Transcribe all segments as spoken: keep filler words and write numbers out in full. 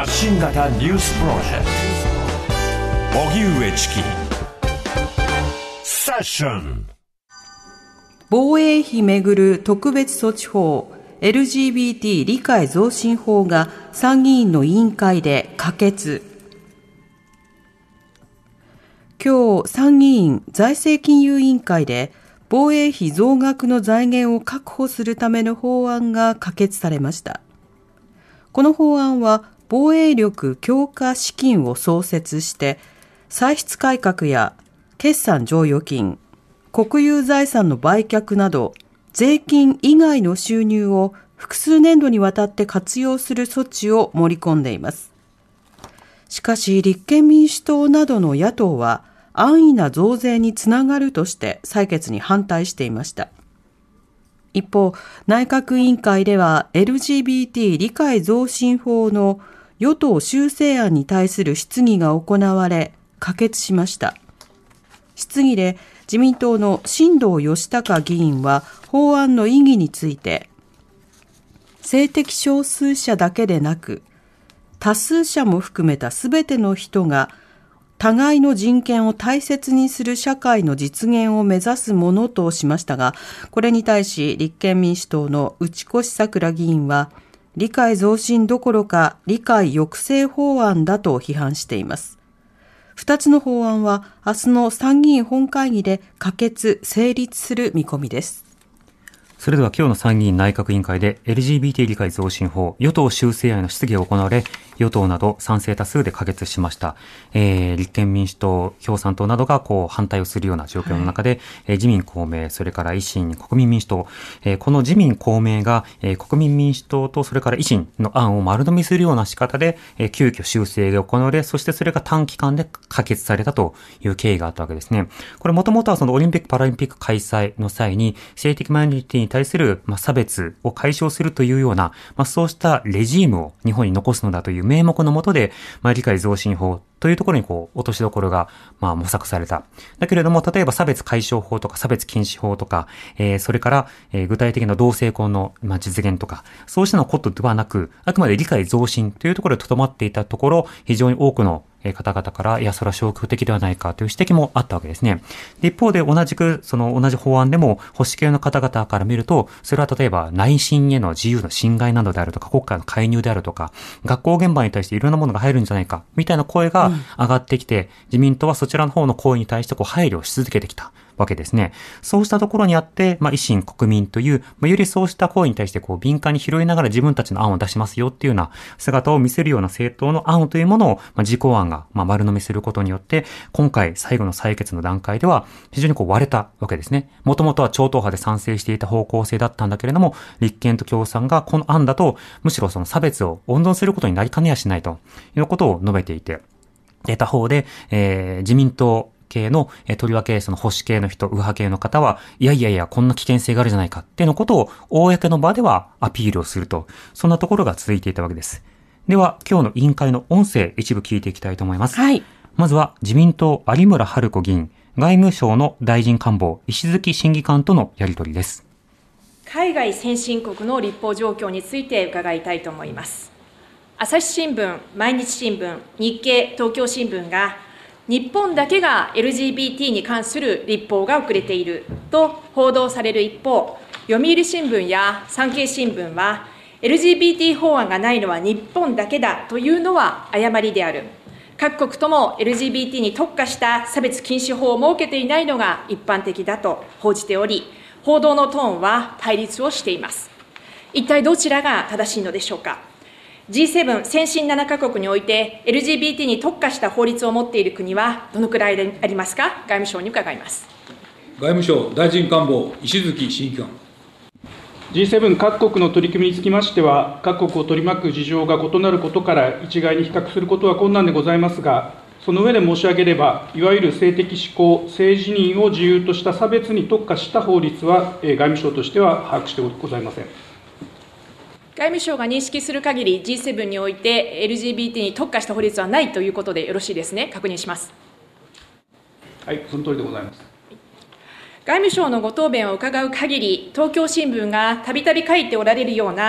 発信型ニュースプロジェクト荻上チキセッション。 防衛費めぐる特別措置法 エルジービーティー 理解増進法が参議院の委員会で可決。今日参議院財政金融委員会で防衛費増額の財源を確保するための法案が可決されました。この法案は防衛力強化資金を創設して歳出改革や決算剰余金、国有財産の売却など税金以外の収入を複数年度にわたって活用する措置を盛り込んでいます。しかし立憲民主党などの野党は安易な増税につながるとして採決に反対していました。一方、内閣委員会では エルジービーティー 理解増進法の与党修正案に対する質疑が行われ可決しました。質疑で自民党の新藤義孝議員は法案の意義について、性的少数者だけでなく多数者も含めたすべての人が互いの人権を大切にする社会の実現を目指すものとしましたが、これに対し立憲民主党の内越さくら議員は理解増進どころか理解抑制法案だと批判しています。二つの法案は明日の参議院本会議で可決・成立する見込みです。 それでは今日の参議院内閣委員会で エルジービーティー 理解増進法与党修正案の質疑が行われ、与党など賛成多数で可決しました。えー、立憲民主党、共産党などがこう反対をするような状況の中で、はい、えー、自民公明、それから維新、国民民主党、えー、この自民公明が、えー、国民民主党とそれから維新の案を丸飲みするような仕方で、えー、急遽修正が行われ、そしてそれが短期間で可決されたという経緯があったわけですね。これもともとはそのオリンピック・パラリンピック開催の際に性的マイノリティに対する、まあ、差別を解消するというような、まあ、そうしたレジームを日本に残すのだという名目のもとで、まあ、理解増進法というところにこう落としどころがまあ模索された。だけれども、例えば差別解消法とか差別禁止法とか、えー、それから、えー、具体的な同性婚のまあ実現とか、そうしたのことではなく、あくまで理解増進というところで留まっていたところ、非常に多くの方々から、いや、それは消極的ではないかという指摘もあったわけですね。で、一方で同じく、その同じ法案でも、保守系の方々から見ると、それは例えば内心への自由の侵害などであるとか、国家の介入であるとか、学校現場に対していろんなものが入るんじゃないか、みたいな声が上がってきて、うん、自民党はそちらの方の声に対してこう配慮し続けてきたわけですね。そうしたところにあって、まあ、維新国民という、まあ、よりそうした声に対してこう敏感に拾いながら自分たちの案を出しますよっていうような姿を見せるような政党の案というものを、まあ、自公案が、まあ、丸飲みすることによって、今回最後の採決の段階では非常にこう割れたわけですね。もともとは超党派で賛成していた方向性だったんだけれども、立憲と共産がこの案だと、むしろその差別を温存することになりかねやしないということを述べていて、で他方で、えー、自民党系の、えー、とりわけその保守系の人、右派系の方は、いやいやいや、こんな危険性があるじゃないかっていうのことを、公の場ではアピールをすると、そんなところが続いていたわけです。では、今日の委員会の音声、一部聞いていきたいと思います。 はい。 まずは、自民党有村春子議員、外務省の大臣官房、石月審議官とのやり取りです。 海外先進国の立法状況について伺いたいと思います。朝日新聞、毎日新聞、日経、東京新聞が、日本だけが エルジービーティー に関する立法が遅れていると報道される一方、読売新聞や産経新聞は エルジービーティー 法案がないのは日本だけだというのは誤りである。各国とも エルジービーティー に特化した差別禁止法を設けていないのが一般的だと報じており、報道のトーンは対立をしています。一体どちらが正しいのでしょうか。ジーセブン 先進ななカ国において エルジービーティー に特化した法律を持っている国はどのくらいありますか。外務省に伺います。 外務省大臣官房、石月審議官。 ジーセブン 各国の取り組みにつきましては、各国を取り巻く事情が異なることから、一概に比較することは困難でございますが、その上で申し上げれば、いわゆる性的指向、性自認を自由とした差別に特化した法律は、外務省としては把握してございません。 外務省が認識する限り ジーセブン において エルジービーティー に特化した法律はないということでよろしいですね。確認します。 はい、その通りでございます。 外務省のご答弁を伺う限り、東京新聞がたびたび書いておられるような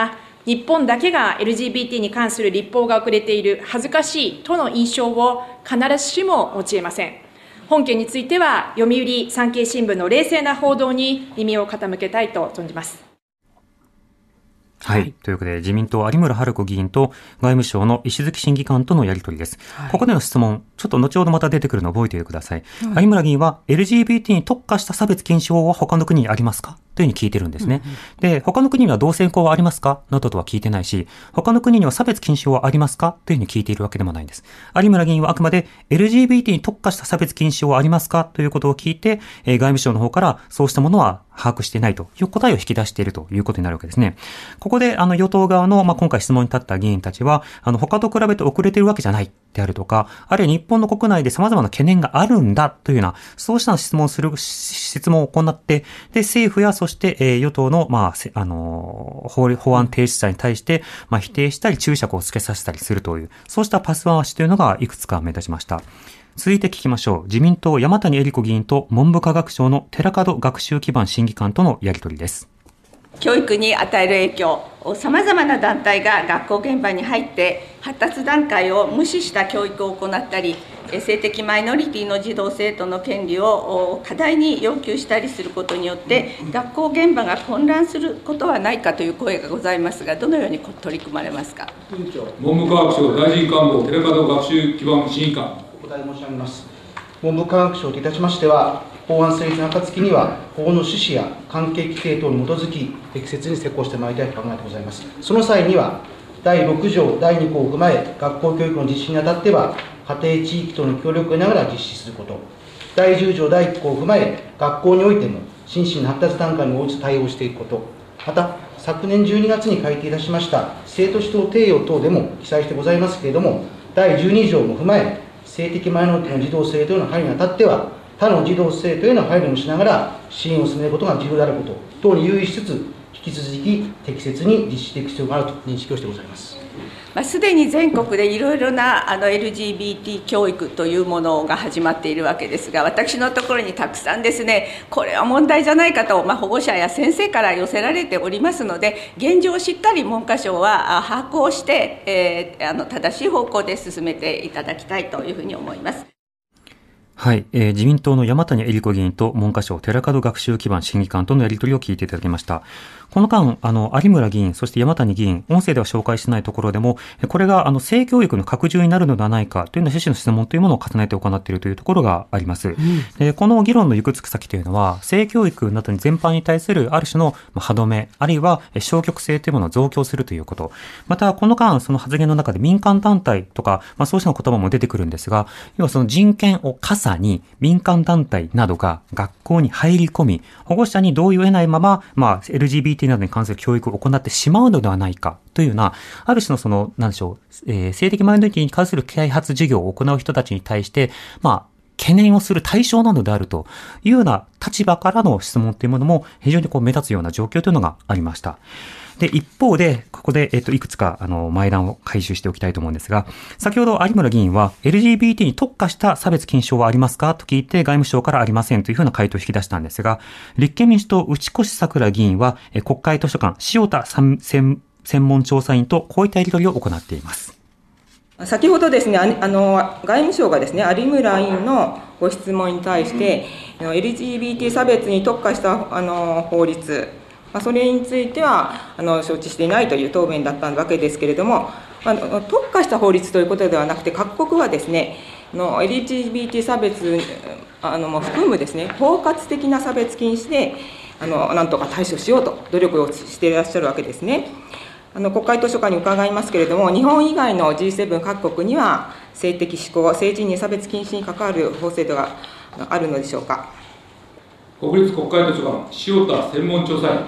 日本だけが エルジービーティー に関する立法が遅れている、恥ずかしいとの印象を必ずしも持ち得ません。本件については、読売産経新聞の冷静な報道に耳を傾けたいと存じます。 はい。ということで、自民党有村治子議員と外務省の石月審議官とのやり取りです。はい、ここでの質問、ちょっと後ほどまた出てくるのを覚えておいてください。はい、有村議員は エルジービーティー に特化した差別禁止法は他の国にありますかというふうに聞いてるんですね。うんうん、で、他の国には同性婚はありますかなどとは聞いてないし、他の国には差別禁止法はありますかというふうに聞いているわけでもないんです。有村議員はあくまで エルジービーティー に特化した差別禁止法はありますかということを聞いて、えー、外務省の方からそうしたものは把握していないという答えを引き出しているということになるわけですね。ここであの与党側の、まあ、今回質問に立った議員たちは、あの他と比べて遅れているわけじゃないであるとか、あるいは日本の国内で様々な懸念があるんだというような、そうした質問をする、質問を行って、で、政府やそして、えー、与党の、まあ、あのー、法案提出者に対して、まあ、否定したり注釈をつけさせたりするという、そうしたパス回しというのがいくつか目立ちました。続いて聞きましょう。自民党山谷恵理子議員と文部科学省の寺門学習基盤審議官とのやり取りです。 教育に与える影響、さまざまな団体が学校現場に入って発達段階を無視した教育を行ったり、性的マイノリティの児童生徒の権利を過大に要求したりすることによって学校現場が混乱することはないかという声がございますが、どのように取り組まれますか。 文部科学省大臣官房寺門学習基盤審議官。 お答え申し上げます。文部科学省といたしましては、法案成立の暁には法の趣旨や関係規定等に基づき適切に施行してまいりたいと考えてございます。その際にはだいろく条だいに項を踏まえ、学校教育の実施にあたっては家庭地域との協力を得ながら実施すること、だいじゅう条だいいっ項を踏まえ、学校においても心身の発達段階に応じて対応していくこと、また昨年じゅうにがつに改定いたしました生徒指導提要等でも記載してございますけれども、だいじゅうに条も踏まえ、性的マイノリティの児童生徒への配慮にあたっては他の児童生徒への配慮もしながら支援を進めることが重要であること等に留意しつつ、引き続き適切に実施していく必要があると認識をしてございます。 まあ、すでに全国でいろいろなあの エルジービーティー 教育というものが始まっているわけですが、私のところにたくさんですね、これは問題じゃないかと、まあ、保護者や先生から寄せられておりますので、現状をしっかり文科省は把握をして、えー、あの正しい方向で進めていただきたいというふうに思います。 はい、えー、自民党の山谷恵理子議員と文科省寺門学習基盤審議官とのやり取りを聞いていただきました。この間、あの、有村議員、そして山谷議員、音声では紹介しないところでも、これが、あの、性教育の拡充になるのではないかというような趣旨の質問というものを重ねて行っているというところがあります。うん、でこの議論の行くつく先というのは、性教育などに全般に対するある種の歯止め、あるいは消極性というものを増強するということ。また、この間、その発言の中で民間団体とか、まあ、そうした言葉も出てくるんですが、要はその人権を傘に民間団体などが学校に入り込み、保護者に同意を得ないまま、まあ、エルジービーティー などに関する教育を行ってしまうのではないかというような、ある種のその、なんでしょう、えー、性的マイノリティに関する啓発事業を行う人たちに対して、まあ、懸念をする対象なのであるというような立場からの質問というものも非常にこう目立つような状況というのがありました。で、一方で、ここで、えっと、いくつか、あの、前段を回収しておきたいと思うんですが、先ほど有村議員は、エルジービーティー に特化した差別禁止法はありますかと聞いて、外務省からありませんというふうな回答を引き出したんですが、立憲民主党内越さくら議員は、国会図書館、塩田専門調査員とこういったやり取りを行っています。 先ほどですね、あの、外務省がですね、有村委員のご質問に対して、エルジービーティー 差別に特化したあの法律、それについてはあの承知していないという答弁だったわけですけれども、あの特化した法律ということではなくて、各国はですね、の エルジービーティー 差別あのも含むですね、包括的な差別禁止であのなんとか対処しようと努力をしていらっしゃるわけですね。あの国会図書館に伺いますけれども、日本以外の ジーセブン 各国には性的指向、性自認差別禁止に関わる法制度があるのでしょうか。 国立国会図書館、塩田専門調査員。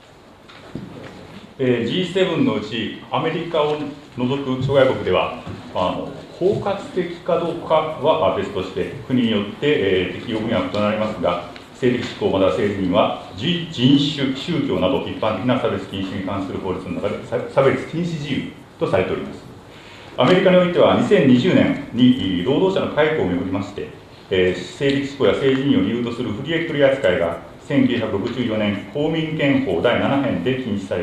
ジーセブン のうちアメリカを除く諸外国では、まあ、包括的かどうかは別として国によって、えー、適用分野は異なりますが、性的指向または性自認は人種、宗教など一般的な差別禁止に関する法律の中で差別禁止事由とされております。アメリカにおいてはにせんにじゅうねんに労働者の解雇をめぐりまして、えー、性的指向や性自認を理由とする不利益取り扱いがせんきゅうひゃくろくじゅうよねん公民権法だいなな編で禁止される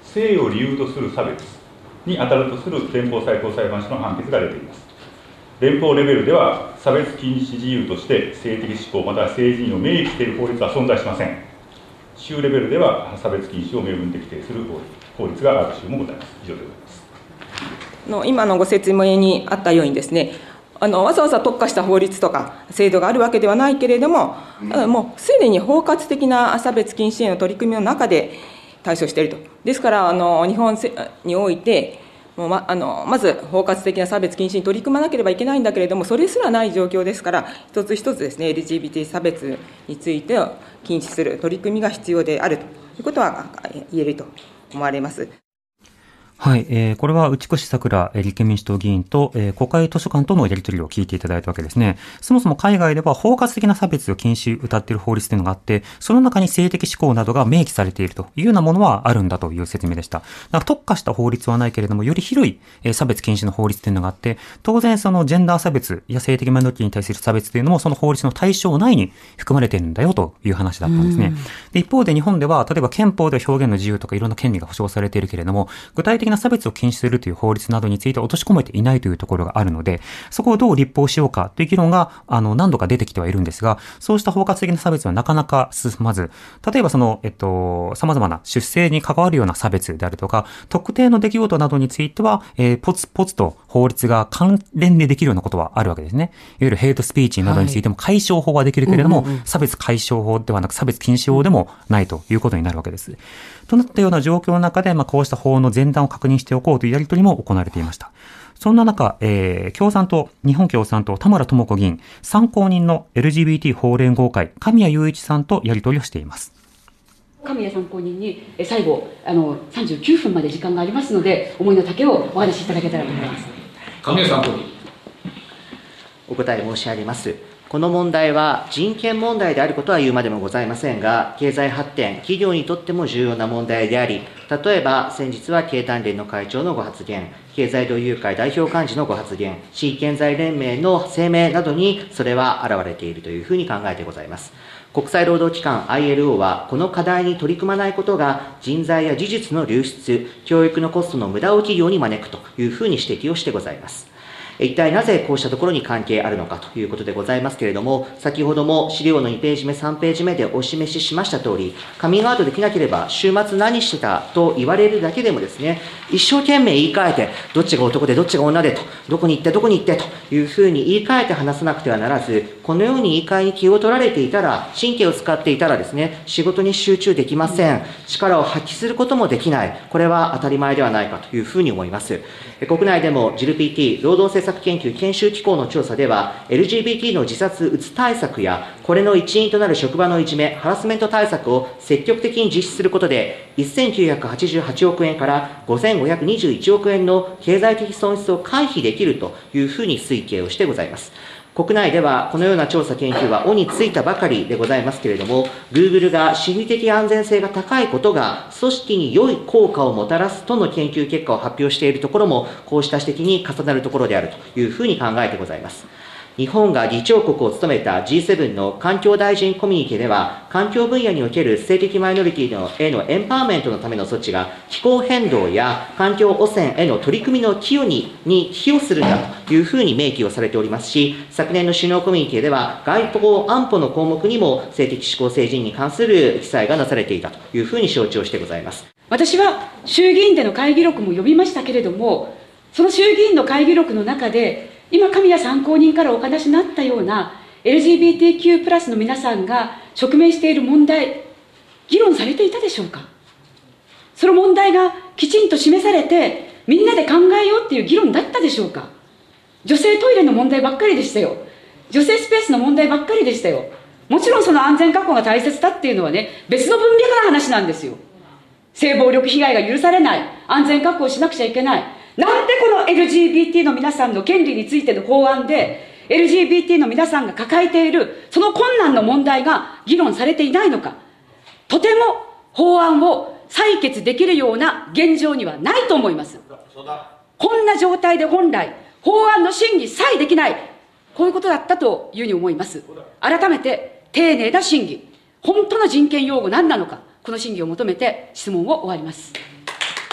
性を理由とする差別に当たるとする連邦最高裁判所の判決が出ています。連邦レベルでは差別禁止事由として性的指向または性自認を明記している法律は存在しません。州レベルでは差別禁止を明文で規定する法律がある州もございます。以上でございます。 の今のご説明にあったようにですね、あのわざわざ特化した法律とか制度があるわけではないけれども、もうすでに包括的な差別禁止への取り組みの中で対処していると。ですからあの日本においてもう ま, あのまず包括的な差別禁止に取り組まなければいけないんだけれども、それすらない状況ですから、一つ一つですね エルジービーティー 差別についてを禁止する取り組みが必要であるということは言えると思われます。 はい、えー、これは内越さくら立憲民主党議員と、えー、国会図書館とのやり取りを聞いていただいたわけですね。そもそも海外では包括的な差別を禁止謳っている法律というのがあって、その中に性的指向などが明記されているというようなものはあるんだという説明でした。だから特化した法律はないけれども、より広い、えー、差別禁止の法律というのがあって、当然そのジェンダー差別や性的マイノリティに対する差別というのもその法律の対象内に含まれているんだよという話だったんですね。で、一方で日本では例えば憲法で表現の自由とかいろんな権利が保障されているけれども、具体的な差別を禁止するという法律などについて落とし込めていないというところがあるので、そこをどう立法しようかという議論があの何度か出てきてはいるんですが、そうした包括的な差別はなかなか進まず、例えばそのえっと様々な出生に関わるような差別であるとか、特定の出来事などについては、えー、ポツポツと法律が関連でできるようなことはあるわけですね。いわゆるヘイトスピーチなどについても解消法はできるけれども、はいうんうんうん、差別解消法ではなく差別禁止法でもないということになるわけです。となったような状況の中で、まあ、こうした法の前段を確認しておこうというやり取りも行われていました。そんな中、えー、共産党、日本共産党、田村智子議員、参考人の エルジービーティー 法連合会、神谷雄一さんとやり取りをしています。 神谷参考人に最後あのさんじゅうきゅうふんまで時間がありますので、思いの丈をお話しいただけたらと思います。 神谷参考人。 お答え申し上げます。この問題は人権問題であることは言うまでもございませんが、経済発展、企業にとっても重要な問題であり、例えば先日は経団連の会長のご発言、経済同友会代表幹事のご発言、地域経済連盟の声明などにそれは現れているというふうに考えてございます。国際労働機関 アイエルオー はこの課題に取り組まないことが人材や技術の流出、教育のコストの無駄を企業に招くというふうに指摘をしてございます。一体なぜこうしたところに関係あるのかということでございますけれども、先ほども資料のにページめ、さんページめでお示ししました通り、カミングアウトできなければ週末何してたと言われるだけでもですね、一生懸命言い換えて、どっちが男でどっちが女でと、どこに行ってどこに行ってというふうに言い換えて話さなくてはならず、このように言い換えに気を取られていたら、神経を使っていたらですね、仕事に集中できません。力を発揮することもできない。これは当たり前ではないかというふうに思います。国内でも ジルピーティー 労働政策研究研修機構の調査では エルジービーティー の自殺うつ対策やこれの一因となる職場のいじめハラスメント対策を積極的に実施することでせんきゅうひゃくはちじゅうはちおくえんからごせんごひゃくにじゅういちおくえんの経済的損失を回避できるというふうに推計をしてございます。国内ではこのような調査研究は尾についたばかりでございますけれども、Google が心理的安全性が高いことが組織に良い効果をもたらすとの研究結果を発表しているところも、こうした指摘に重なるところであるというふうに考えてございます。日本が議長国を務めた ジーセブン の環境大臣コミュニケでは、環境分野における性的マイノリティのへのエンパワーメントのための措置が、気候変動や環境汚染への取り組みの寄与にに寄与するんだというふうに明記をされておりますし、昨年の首脳コミュニケでは、外交安保の項目にも性的指向性自認に関する記載がなされていたというふうに承知をしてございます。 私は衆議院での会議録も読みましたけれども、その衆議院の会議録の中で、今、神谷参考人からお話になったような エルジービーティーキュー プラスの皆さんが直面している問題、議論されていたでしょうか。その問題がきちんと示されて、みんなで考えようっていう議論だったでしょうか。女性トイレの問題ばっかりでしたよ。女性スペースの問題ばっかりでしたよ。もちろんその安全確保が大切だっていうのはね、別の文脈の話なんですよ。性暴力被害が許されない、安全確保をしなくちゃいけない。なんでこの エルジービーティー の皆さんの権利についての法案で エルジービーティー の皆さんが抱えているその困難の問題が議論されていないのか。とても法案を採決できるような現状にはないと思います。こんな状態で本来法案の審議さえできない、こういうことだったというふうに思います。改めて丁寧な審議、本当の人権擁護何なのか、この審議を求めて質問を終わります。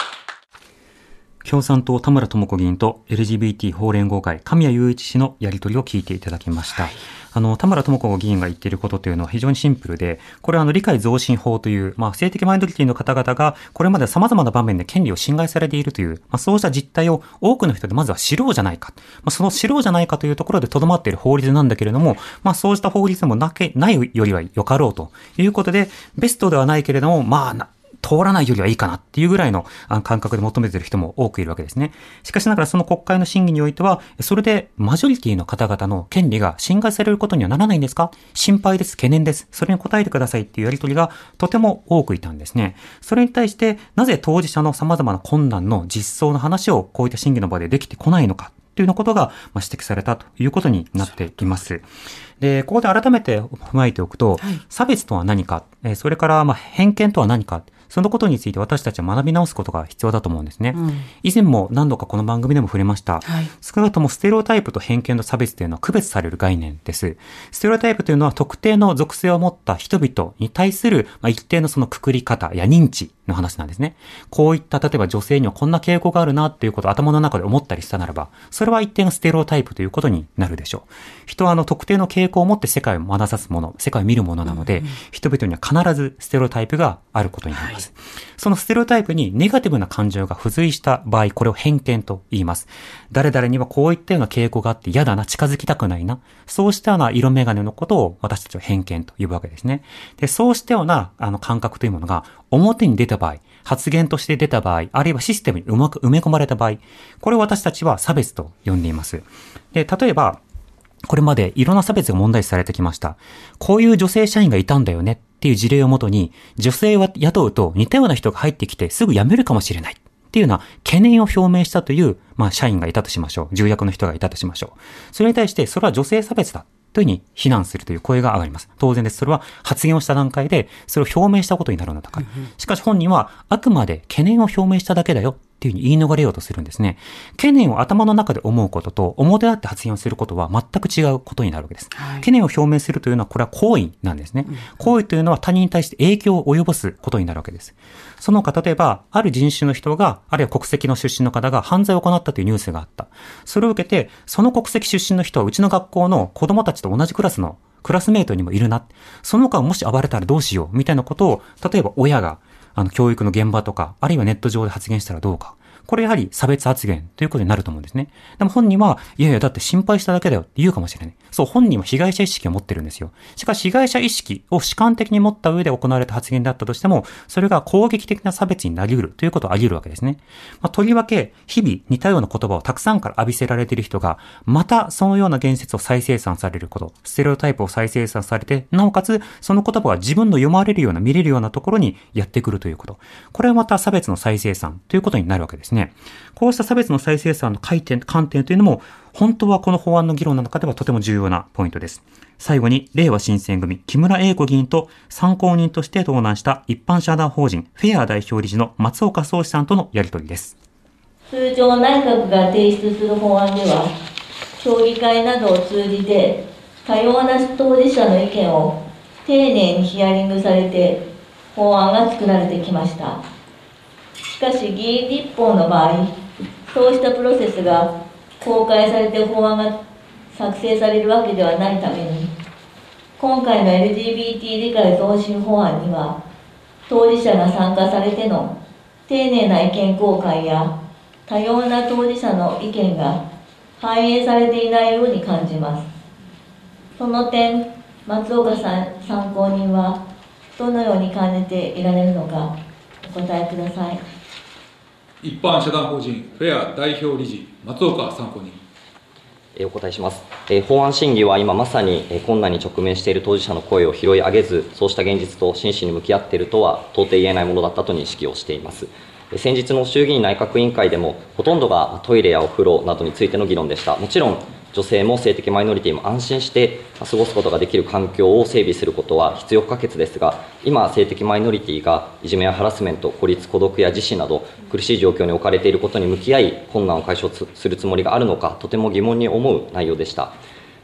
共産党田村智子議員と エルジービーティー 法連合会神谷雄一氏のやり取りを聞いていただきました。はい、あの田村智子議員が言っていることというのは非常にシンプルで、これはあの理解増進法という、まあ、性的マイノリティの方々がこれまで様々な場面で権利を侵害されているという、まあ、そうした実態を多くの人でまずは知ろうじゃないか、まあ、その知ろうじゃないかというところでとどまっている法律なんだけれども、まあ、そうした法律もなけないよりはよかろうということで、ベストではないけれども、まあ通らないよりはいいかなっていうぐらいの感覚で求めている人も多くいるわけですね。しかしながらその国会の審議においては、それでマジョリティの方々の権利が侵害されることにはならないんですか？心配です、懸念です。それに答えてくださいっていうやり取りがとても多くいたんですね。それに対して、なぜ当事者の様々な困難の実相の話をこういった審議の場でできてこないのかというようなことが指摘されたということになっています。で、ここで改めて踏まえておくと、はい、差別とは何か、それからまあ偏見とは何か、そのことについて私たちは学び直すことが必要だと思うんですね。うん、以前も何度かこの番組でも触れました。はい、少なくともステレオタイプと偏見と差別というのは区別される概念です。ステレオタイプというのは特定の属性を持った人々に対する、まあ、一定のそのくくり方や認知の話なんですね。こういった例えば女性にはこんな傾向があるなっていうことを頭の中で思ったりしたならば、それは一定のステレオタイプということになるでしょう。人はあの特定の傾向を持って世界を学さすもの、世界を見るものなので、うんうん、人々には必ずステレオタイプがあることになります。はい、そのステレオタイプにネガティブな感情が付随した場合、これを偏見と言います。誰々にはこういったような傾向があって嫌だな、近づきたくないな。そうしたような色眼鏡のことを私たちは偏見と呼ぶわけですね。で、そうしたようなあの感覚というものが表に出た場合、発言として出た場合、あるいはシステムにうまく埋め込まれた場合、これを私たちは差別と呼んでいます。で、例えば、これまでいろんな差別が問題視されてきました。こういう女性社員がいたんだよねっていう事例をもとに、女性を雇うと似たような人が入ってきてすぐ辞めるかもしれないっていうような懸念を表明したという、まあ社員がいたとしましょう。重役の人がいたとしましょう。それに対してそれは女性差別だというふうに非難するという声が上がります。当然です。それは発言をした段階でそれを表明したことになるのだから。しかし本人はあくまで懸念を表明しただけだよっていうふうに言い逃れようとするんですね。懸念を頭の中で思うことと表立って発言をすることは全く違うことになるわけです。はい、懸念を表明するというのはこれは行為なんですね。うん、行為というのは他人に対して影響を及ぼすことになるわけです。その他例えばある人種の人があるいは国籍の出身の方が犯罪を行ったというニュースがあった。それを受けてその国籍出身の人はうちの学校の子供たちと同じクラスのクラスメートにもいるな。その他もし暴れたらどうしようみたいなことを例えば親があの教育の現場とかあるいはネット上で発言したらどうか。これやはり差別発言ということになると思うんですね。でも本人は、いやいやだって心配しただけだよって言うかもしれない。そう、本人は被害者意識を持ってるんですよ。しかし被害者意識を主観的に持った上で行われた発言だったとしても、それが攻撃的な差別になり得るということはあり得るわけですね。まあ、とりわけ、日々似たような言葉をたくさんから浴びせられている人が、またそのような言説を再生産されること、ステレオタイプを再生産されて、なおかつその言葉が自分の読まれるような見れるようなところにやってくるということ。これはまた差別の再生産ということになるわけですね。こうした差別の再生産の観点、観点というのも、本当はこの法案の議論の中ではとても重要なポイントです。最後に、れいわ新選組、木村英子議員と参考人として登壇した一般社団法人フェア代表理事の松岡宗志さんとのやり取りです。 通常内閣が提出する法案では、協議会などを通じて、多様な当事者の意見を丁寧にヒアリングされて、法案が作られてきました。しかし、議員立法の場合、そうしたプロセスが公開されて法案が作成されるわけではないために、今回の エルジービーティー 理解増進法案には、当事者が参加されての丁寧な意見交換や多様な当事者の意見が反映されていないように感じます。その点、松岡さん参考人はどのように感じていられるのかお答えください。 一般社団法人フェア代表理事松岡参考人。 お答えします。法案審議は今まさに困難に直面している当事者の声を拾い上げず、そうした現実と真摯に向き合っているとは到底言えないものだったと認識をしています。先日の衆議院内閣委員会でもほとんどがトイレやお風呂などについての議論でした。もちろん女性も性的マイノリティも安心して過ごすことができる環境を整備することは必要不可欠ですが、今性的マイノリティがいじめやハラスメント、孤立、孤独や自死など苦しい状況に置かれていることに向き合い困難を解消するつもりがあるのか、とても疑問に思う内容でした。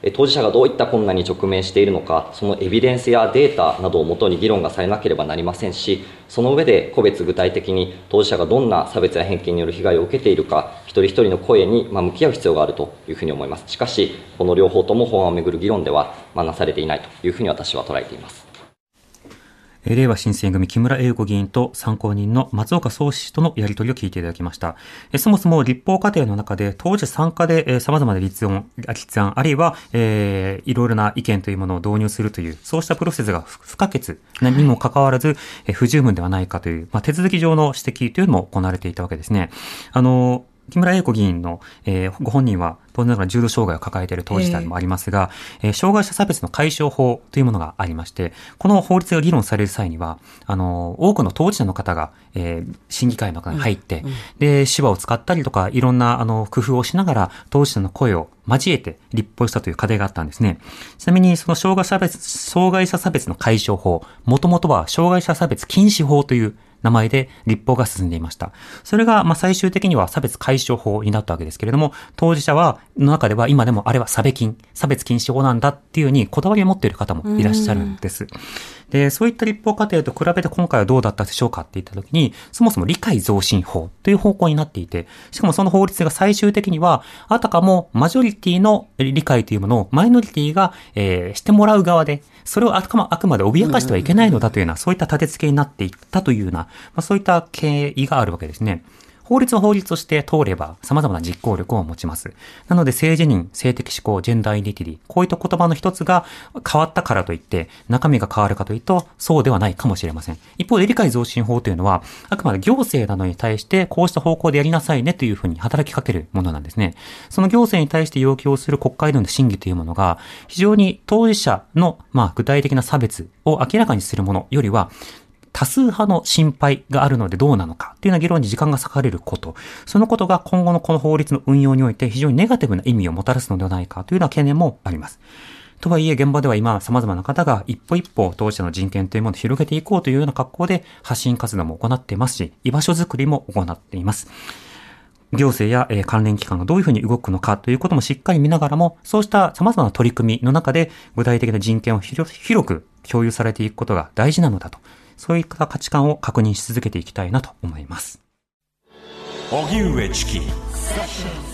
当事者がどういった困難に直面しているのか、そのエビデンスやデータなどをもとに議論がされなければなりませんし、その上で個別具体的に当事者がどんな差別や偏見による被害を受けているか、一人一人の声に向き合う必要があるというふうに思います。しかし、この両方とも法案をめぐる議論ではなされていないというふうに私は捉えています。 れいわ新選組木村英子議員と参考人の松岡宗氏とのやり取りを聞いていただきました。えそもそも立法過程の中で当時参加で、えー、様々な立案、立案あるいは、えー、いろいろな意見というものを導入するという、そうしたプロセスが不可欠にもかかわらず、えー、不十分ではないかという、まあ、手続き上の指摘というのも行われていたわけですね。あの木村英子議員の、えー、ご本人は当然ながら重度障害を抱えている当事者でもありますが、えーえー、障害者差別の解消法というものがありまして、この法律が議論される際には、あの多くの当事者の方が、えー、審議会の中に入って、うんうん、で手話を使ったりとかいろんなあの工夫をしながら当事者の声を交えて立法したという課題があったんですね。ちなみにその障害者差別障害者差別の解消法、もともとは障害者差別禁止法という名前で立法が進んでいました。それが、まあ、最終的には差別解消法になったわけですけれども、当事者は、の中では今でもあれは差別禁、差別禁止法なんだっていうふうにこだわりを持っている方もいらっしゃるんです。で、そういった立法過程と比べて今回はどうだったでしょうかって言ったときに、そもそも理解増進法という方向になっていて、しかもその法律が最終的には、あたかもマジョリティの理解というものをマイノリティが、えー、してもらう側で、それをあくま、あくまで脅かしてはいけないのだというような、そういった立て付けになっていったというような、まあ、そういった経緯があるわけですね。法律は法律として通れば様々な実行力を持ちます。なので性自認、性的指向、ジェンダーアイデンティティ、こういった言葉の一つが変わったからといって中身が変わるかというとそうではないかもしれません。一方で理解増進法というのはあくまで行政などに対してこうした方向でやりなさいねというふうに働きかけるものなんですね。その行政に対して要求をする国会での審議というものが非常に当事者のまあ具体的な差別を明らかにするものよりは多数派の心配があるのでどうなのかというような議論に時間が割かれること、そのことが今後のこの法律の運用において非常にネガティブな意味をもたらすのではないかというような懸念もあります。とはいえ現場では今様々な方が一歩一歩当事者の人権というものを広げていこうというような格好で発信活動も行っていますし、居場所づくりも行っています。行政や、えー、関連機関がどういうふうに動くのかということもしっかり見ながらも、そうした様々な取り組みの中で具体的な人権を広く共有されていくことが大事なのだと。そういった価値観を確認し続けていきたいなと思います。 荻上チキ